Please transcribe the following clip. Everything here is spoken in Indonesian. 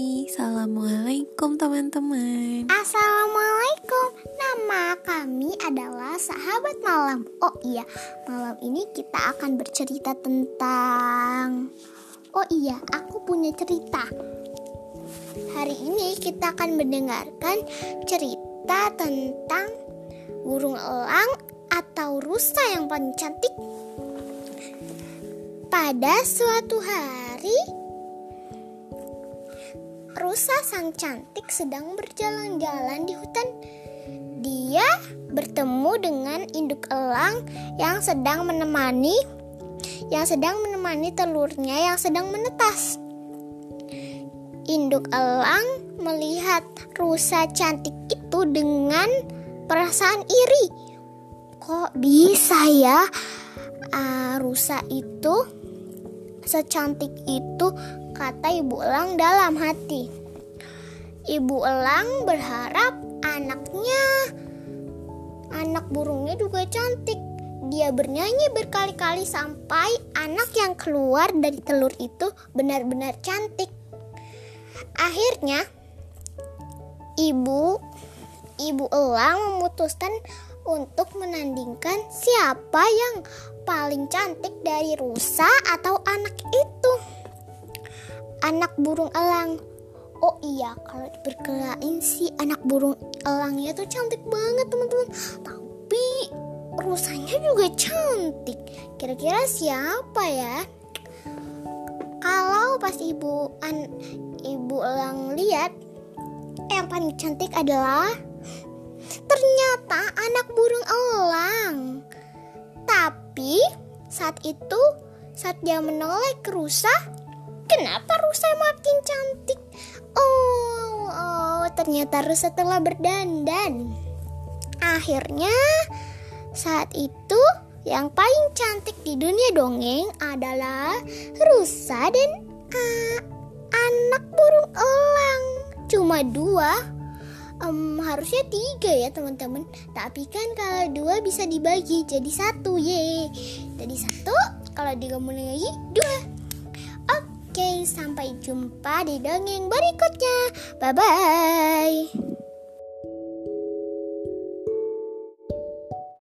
Hai, Assalamualaikum teman-teman. Assalamualaikum. Nama kami adalah Sahabat Malam. Oh iya, malam ini kita akan bercerita tentang... Oh iya, aku punya cerita. Hari ini kita akan mendengarkan cerita tentang burung elang atau rusa yang paling cantik. Pada suatu hari, rusa sang cantik sedang berjalan-jalan di hutan. Dia bertemu dengan induk elang yang sedang menemani telurnya yang sedang menetas. Induk elang melihat rusa cantik itu dengan perasaan iri. Kok bisa ya rusa itu secantik itu, kata ibu elang dalam hati. Ibu elang berharap anak burungnya juga cantik. Dia bernyanyi berkali-kali sampai anak yang keluar dari telur itu benar-benar cantik. Akhirnya ibu elang memutuskan untuk menandingkan siapa yang paling cantik dari rusa atau anak itu. Anak burung elang. Oh iya, kalau diperkirain sih anak burung elangnya tuh cantik banget teman-teman. Tapi rusanya juga cantik. Kira-kira siapa ya? Kalau pas ibu elang lihat, yang paling cantik adalah ternyata anak burung elang. Tapi saat dia menoleh ke rusa, kenapa rusa makin cantik? Oh, ternyata rusa telah berdandan. Akhirnya saat itu yang paling cantik di dunia dongeng adalah rusa dan anak burung elang. Cuma 2. Harusnya 3 ya teman-teman. Tapi kan kalau 2 bisa dibagi jadi 1. Yeay. Jadi 1, kalau digabung lagi 2. Oke, sampai jumpa di dongeng berikutnya. Bye-bye.